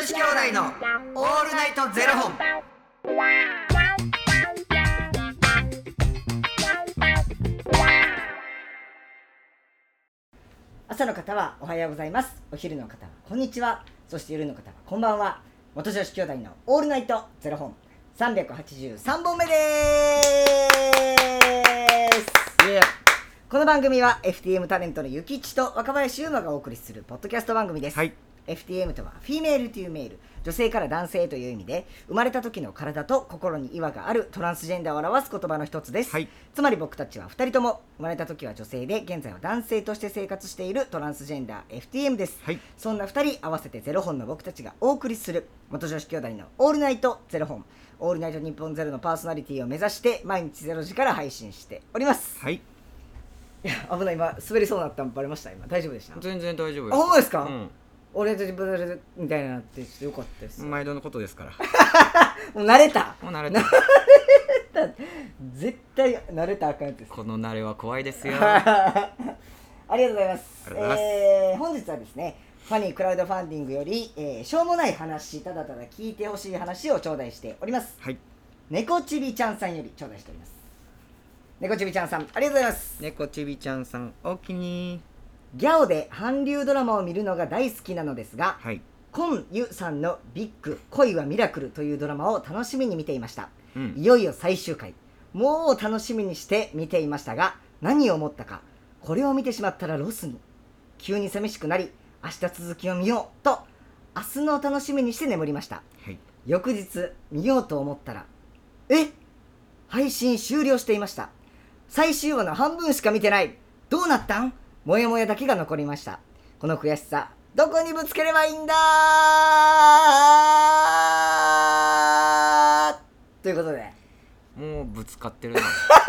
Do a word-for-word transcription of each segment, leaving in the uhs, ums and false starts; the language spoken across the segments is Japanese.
子兄弟のオールナイトゼロ本。 朝の方はおはようございます。お昼の方はこんにちは。そして夜の方はこんばんは。元女子兄弟のオールナイトゼロ本さんびゃくはちじゅうさんぼんめでーす。 いやこの番組は エフティーエム タレントのゆきちと若林優馬がお送りするポッドキャスト番組です。 はい、 エフティーエム とはフィメールというメール、女性から男性という意味で、生まれた時の体と心に違和があるトランスジェンダーを表す言葉の一つです。 はい、 つまり僕たちはふたりとも生まれた時は女性で現在は男性として生活しているトランスジェンダー エフティーエム です。 はい、 そんなふたり合わせてゼロ本の僕たちがお送りする元女子兄弟のオールナイトゼロ本、オールナイト日本ゼロのパーソナリティを目指して毎日ゼロ時から配信しております。 はい、 いや危ない、今滑りそうになったのバレました？今大丈夫でした？ 全然大丈夫です。 あ、ほんまですか？ うん、 俺と自分みたいになってちょっとよかったです。 毎度のことですからもう慣れた。 もう慣れた絶対慣れたらあかんやつです。 この慣れは怖いですよありがとうございます。 ありがとうございます。 えー、本日はですね、ファニークラウドファンディングより、えー、しょうもない話、ただただ聞いてほしい話を頂戴しております。 はい、 猫ちびちゃんさんより頂戴しております。猫ちびちゃんさん、ありがとうございます。 猫ちびちゃんさんお気に。 ギャオで韓流ドラマを見るのが大好きなのですが、 はい、 コンユさんのビッグ恋はミラクルというドラマを楽しみに見ていました。 うん、 いよいよ最終回、もう楽しみにして見ていましたが、何を思ったか、これを見てしまったらロスに。急に寂しくなり、明日続きを見ようと明日の楽しみにして眠りました。 はい、 翌日見ようと思ったら、え配信終了していました。最終話の半分しか見てない。どうなったん？もやもやだけが残りました。この悔しさ、どこにぶつければいいんだということで、 もうぶつかってるな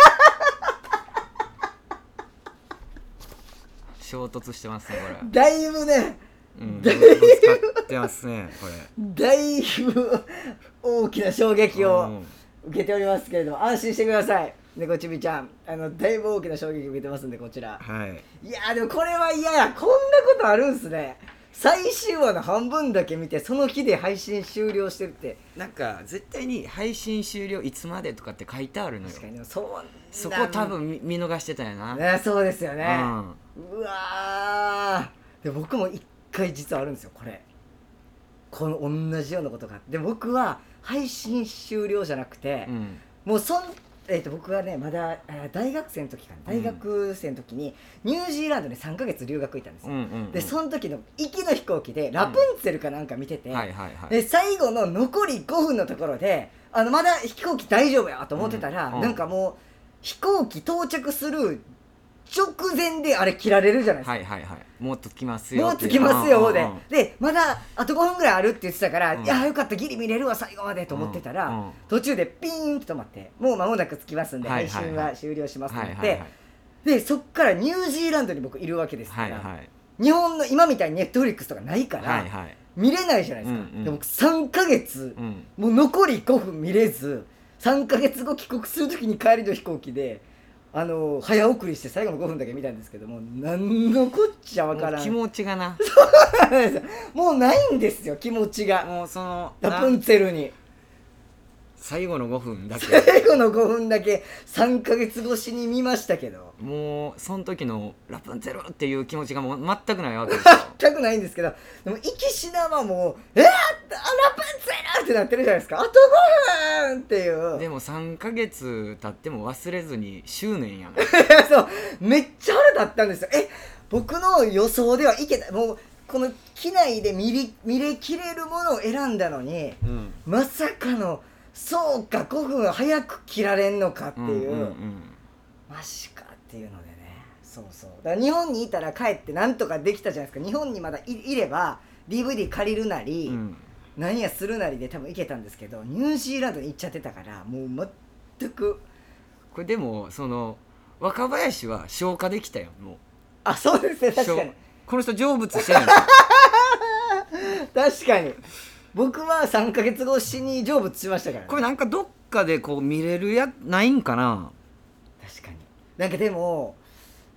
衝突してますねこれ。 だいぶね、 うん、 だいぶつかってますねこれ。 だいぶ大きな衝撃を受けておりますけれども、安心してください。猫ちびちゃん、あのだいぶ大きな衝撃を受けてますんで、こちら。 はい、 いやーでもこれは嫌や。こんなことあるんすね。最終話の半分だけ見てその日で配信終了してるって。 なんか絶対に配信終了いつまでとかって書いてあるのよ。 確かに。でもそうそこ多分 見, 見逃してたんやな、 ね、そうですよね、 うん、 うわー。で僕も一回実はあるんですよこれ。この同じようなことがあって、で僕は配信終了じゃなくて、 うん、 もうそんえー、と僕はねまだ大学生の時かな、大学生の時にニュージーランドにさんかげつ留学行ったんですよ、 うんうんうん、 でその時の行きの飛行機でラプンツェルかなんか見てて、 うん、はいはいはい、 で最後の残りごふんのところで、あのまだ飛行機大丈夫やと思ってたら、 うんうん、 なんかもう飛行機到着する直前であれ切られるじゃないですか。 はいはいはい、もっと来ますよもっと来ますよで、 うんうんうん、 でまだあとごふんぐらいあるって言ってたから、 うん、 いやよかったギリ見れるわ最後までと思ってたら、 うんうん、 途中でピーンと止まって、もう間もなく着きますんで、 はいはいはい、 配信は終了しますって言って、 はいはいはい、 でそっからニュージーランドに僕いるわけですから、 はいはい、 日本の今みたいにネットフリックスとかないから、 はいはい、 見れないじゃないですか、 うんうん、 で僕さんかげつ、 うん、 もう残りごふん見れず、さんかげつご帰国する時に帰りの飛行機であの早送りして最後のごふんだけ見たんですけども、何のこっちゃわからん。 気持ちがなもうないんですよ気持ちが。 もうそのラプンツェルに最後のごふんだけ最後のごふんだけさんかげつ越しに見ましたけど、 もうその時のラプンツェルっていう気持ちがもう全くないわけですよ全くないんですけど、でも行きしなはもうえー、ラプンツェルってなってるじゃないですか。あとごふんっていう。 でもさんかげつ経っても忘れずに執念やなそうめっちゃ腹立ったんですよ。え僕の予想ではいけない、もうこの機内で見り見れきれるものを選んだのに、 うん、 まさかのそうかごふん早く切られんのかっていう、 うんうんうん、 マジかっていうのでね。そうそうだから日本にいたら帰ってなんとかできたじゃないですか。日本にまだ い, いれば ディーブイディー 借りるなり、うん、何やするなりで多分行けたんですけど、ニュージーランドに行っちゃってたからもう全く。 これでもその若林は消化できたよもう。 あ、そうですね、確かにこの人成仏してない確かに僕はさんかげつ越しに成仏しましたからね。 これなんかどっかでこう見れるやないんかな。 確かに。なんかでも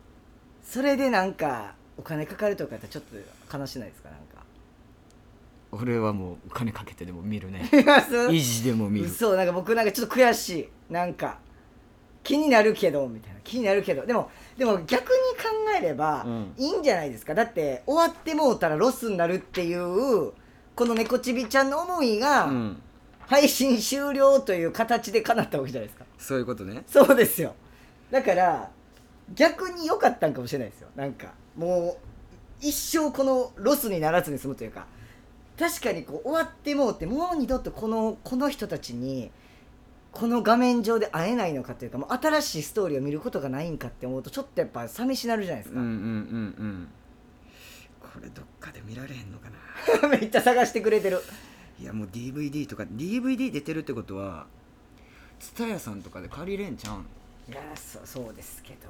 それでなんかお金かかるとかってちょっと悲しないですか？なんか俺はもうお金かけてでも見るねいやそう維持でも見る。 そうなんか僕なんかちょっと悔しいなんか気になるけどみたいな気になるけどでもでも逆に考えればいいんじゃないですか、うん、だって終わってもうたらロスになるっていうこの猫ちびちゃんの思いが、うん、配信終了という形で叶ったわけじゃないですか。 そういうことね。 そうですよ。だから逆に良かったんかもしれないですよ。なんかもう一生このロスにならずに済むというか、確かにこう終わってもうってもう二度とこのこの人たちにこの画面上で会えないのかというか、もう新しいストーリーを見ることがないんかって思うとちょっとやっぱ寂しなるじゃないですか。 うんうんうんうん。これどっかで見られへんのかなめっちゃ探してくれてる。 いやもう ディーブイディー とか ディーブイディー 出てるってことはTSUTAYAさんとかで借りれんちゃうん。 いや そ, そうですけど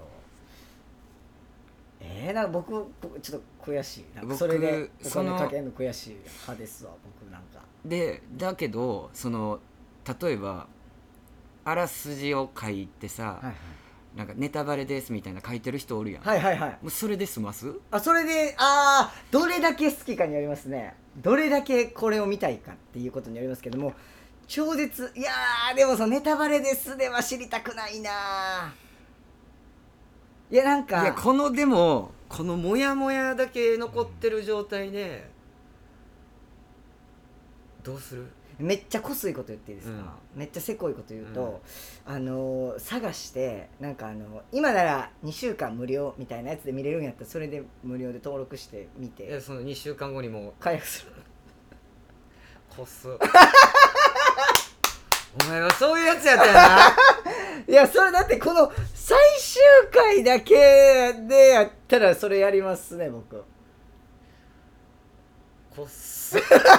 えー、なんか僕ちょっと悔しいなんかそれでお金かけるの悔しい派ですわ僕なんかで。だけどその例えばあらすじを書いてさ、はいはい、なんかネタバレですみたいな書いてる人おるやん。 はいはいはい。 もうそれで済ます？ あ、それであーどれだけ好きかによりますね。どれだけこれを見たいかっていうことによりますけども、超絶いやーでもそのネタバレですでは知りたくないな。いやなんかいやこのでもこのモヤモヤだけ残ってる状態でどうする？ めっちゃこすいこと言っていいですか、うん、めっちゃせこいこと言うと、うん、あのー、探してなんかあの今ならにしゅうかん無料みたいなやつで見れるんやったらそれで無料で登録して見て、 いやそのにしゅうかんごにも解約するこすお前はそういうやつやったよないやそれだってこの最終回だけでやったらそれやりますね僕。 こす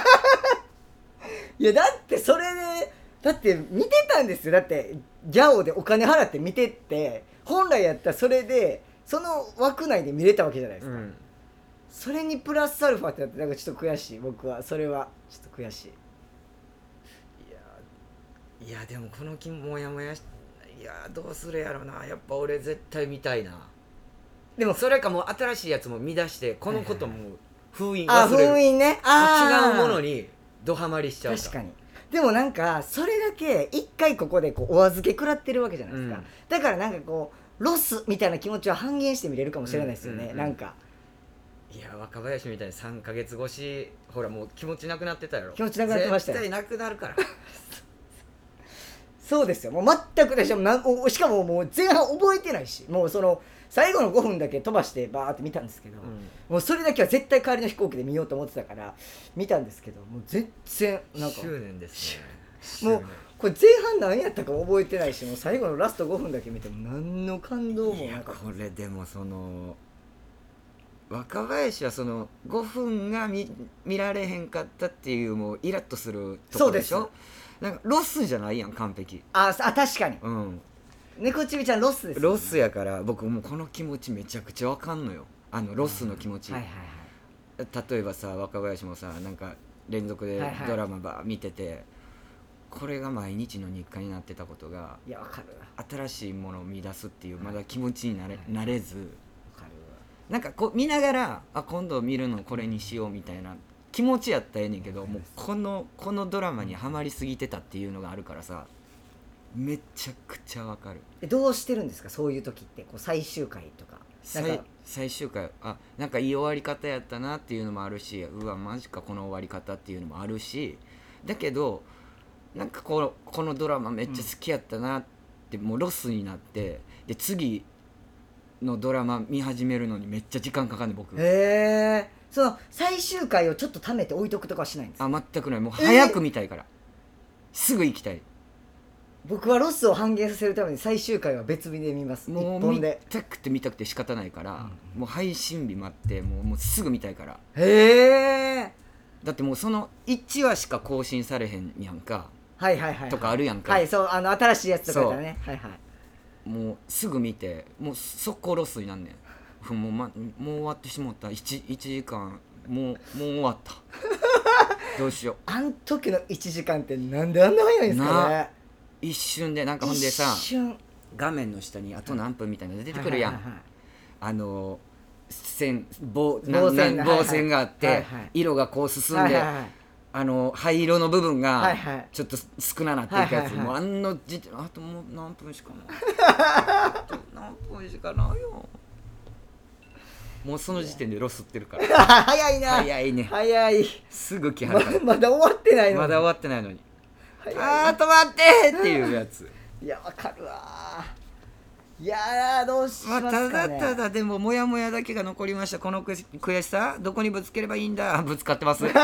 いやだってそれでだって見てたんですよ。だってギャオでお金払って見てって本来やったらそれでその枠内で見れたわけじゃないですか、うん、それにプラスアルファってなってなんかちょっと悔しい。僕はそれはちょっと悔しい。 いやいやでもこの気もやもやしいやどうするやろな。やっぱ俺絶対見たいな。でもそれかもう新しいやつも見出してこのことも封印忘れる、 あ封印ねあ違うものにドハマりしちゃうか。 確かに。でもなんかそれだけ一回ここでこうお預け食らってるわけじゃないですか、うん、だからなんかこうロスみたいな気持ちは半減して見れるかもしれないですよね、うんうんうん、なんかいや若林みたいにさんかげつ越しほらもう気持ちなくなってたやろ。 気持ちなくなってましたよ。 絶対なくなるからそうですよ。もう全くでしょ。しかももう前半覚えてないし、もうその最後のごふんだけ飛ばしてバーって見たんですけど、うん、もうそれだけは絶対帰りの飛行機で見ようと思ってたから見たんですけど、もう全然なんか執念ですねもうこれ前半何やったか覚えてないし、もう最後のラストごふんだけ見ても何の感動もなかった。 これでもその若林はそのごふんが 見, 見られへんかったっていうもうイラッとするところでしょ。そうです。なんかロスじゃないやん完璧。 ああ確かに、 うん、 猫ちびちゃんロスです、ね、 ロスやから僕もうこの気持ちめちゃくちゃわかんのよ。あのロスの気持ち、 うんはいはいはい、例えばさ若林もさなんか連続でドラマば見てて、はいはい、これが毎日の日課になってたことがいやわかる新しいものを見出すっていうまだ気持ちにな れ,、はい、なれず、わかるなんかこう見ながらあ今度見るのこれにしようみたいな気持ちやったらええねんけど、もうこのこのドラマにはまりすぎてたっていうのがあるからさめちゃくちゃわかる。 えどうしてるんですかそういう時ってこう最終回とかなんか最終回あなんかいい終わり方やったなっていうのもあるし、うわマジかこの終わり方っていうのもあるし、だけどなんかこのこのドラマめっちゃ好きやったなって、うん、もうロスになってで次のドラマ見始めるのにめっちゃ時間かかるね僕。 へーその最終回をちょっと貯めて置いとくとかはしないんですか？ あ全くない。もう早く見たいから、すぐ行きたい。 僕はロスを半減させるために最終回は別日で見ます。 もう見たくて見たくて仕方ないから、うん、もう配信日待ってもう、もうすぐ見たいから。 へえ。 だってもうそのいちわしか更新されへんやんか、 はいはいはい、はい、 とかあるやんか。 はいそうあの新しいやつとかだね。はいはい。 もうすぐ見てもう速攻ロスになんねん。もう、ま、もう終わってしまった 1, いちじかんもうもう終わったどうしよう。 あん時のいちじかんってなんであんな早いんですかね。 一瞬でなんかほんでさ画面の下にあと何分みたいなの出てくるやん、はいはいはいはい、あの線 棒, 棒, 線棒線があって、はいはい、色がこう進んで、はいはいはい、 あの灰色の部分がはいはいちょっと少ななっていくやつ、 はいはいはいもうあんの時点あともう何分しかないあと何分しかないよ、もうその時点でロスってるから早いな早いね、 早いすぐ来はるからままだ終わってないのにまだ終わってないのに早いあー止まってっていうやついやわかるわいやーどうしまあ、 ますかね、 ただただでもモヤモヤだけが残りました。この悔し悔しさどこにぶつければいいんだ。ぶつかってます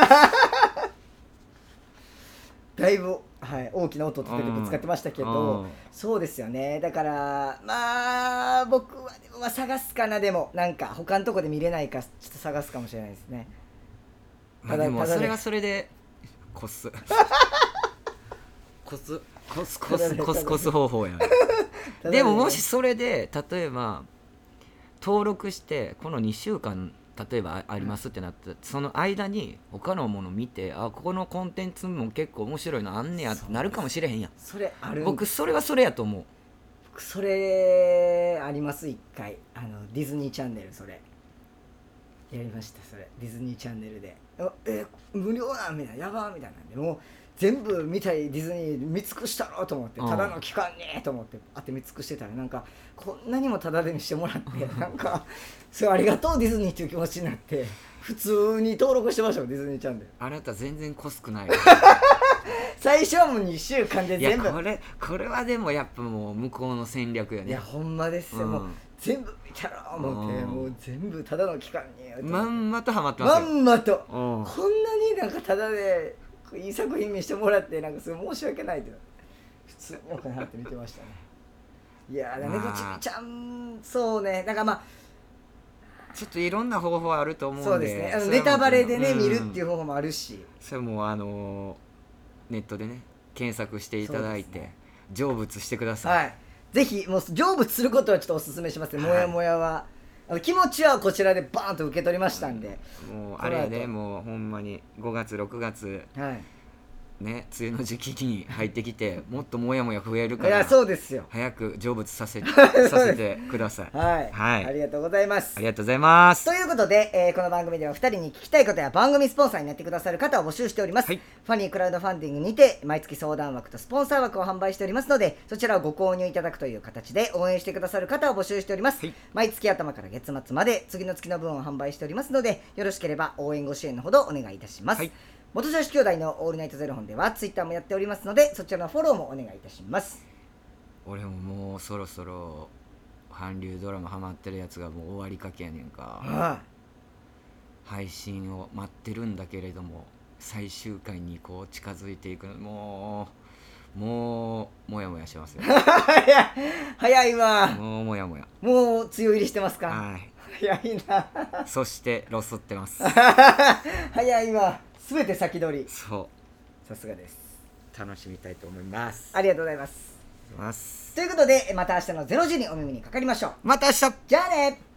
だいぶ、はい、大きな音を立ててぶつかってましたけど、 うんそうですよね。だからまあ僕はでもまあ探すかな、でもなんか他のとこで見れないかちょっと探すかもしれないですね。 まあでもただそれはそれでコスコスコスコスコスコス方法やんでももしそれで例えば登録してこのにしゅうかん例えばありますってなったその間に他のもの見てあここのコンテンツも結構面白いのあんねやってなるかもしれへんやん。 それある僕それはそれやと思う。 僕それあります。一回あのディズニーチャンネルそれやりました。それディズニーチャンネルであえ無料なんみたいなやばーみたいなんでもう全部見たいディズニー見尽くしたろうと思ってただの期間にと思ってあって見尽くしてたらなんかこんなにもタダで見してもらってなんかそれありがとうディズニーっていう気持ちになって普通に登録してましたよディズニーチャンネル。 あなた全然コスくない最初はもうにしゅうかんでいや全部これこれはでもやっぱもう向こうの戦略よね。 いやほんまですよ、 うんもう全部見たろう思って、 うんもう全部ただの期間にまんまとハマってますまよ。 んまとうんこんなになんかただでいい作品見してもらってなんかすごい申し訳ないって普通にお金払って見てましたね。いやーまあ猫ちびちゃんそうねなんかまあちょっといろんな方法あると思うんでそうですねあのそれはもうネタバレでね、 うん見るっていう方法もあるしそれもあのーネットでね検索していただいて、 ね、 成仏してください。 はいぜひもう成仏することはちょっとお勧めしますね、 はいもやもやはあの気持ちはこちらでバーンと受け取りましたんで、 もうあれやこの後ねもうほんまにごがつろくがつはいね梅雨の時期に入ってきてもっともやもや増えるかいやらそうですよ早く成仏させすさせてください。 はい、 はいありがとうございますありがとうございます。 ということで、えーこの番組ではふたりに聞きたいことや番組スポンサーになってくださる方を募集しております、 はいファニークラウドファンディングにて毎月相談枠とスポンサー枠を販売しておりますのでそちらをご購入いただくという形で応援してくださる方を募集しております、 はい毎月頭から月末まで次の月の分を販売しておりますのでよろしければ応援ご支援のほどお願いいたします、 はい元女子兄弟のオールナイトゼロ本ではツイッターもやっておりますのでそちらのフォローもお願いいたします俺ももうそろそろ韓流ドラマハマってるやつがもう終わりかけやねんか。 は配信を待ってるんだけれども最終回にこう近づいていくのもうもうもやもやしますよい早い早いわもうもやもやもう梅雨入りしてますかはい早いなそしてロスってます早いわ全て先取りそさすがですう楽しみたいと思います。 ありがとうございますますということでまた明日のゼロ時にお耳にかかりましょう。 また明日。 じゃあね。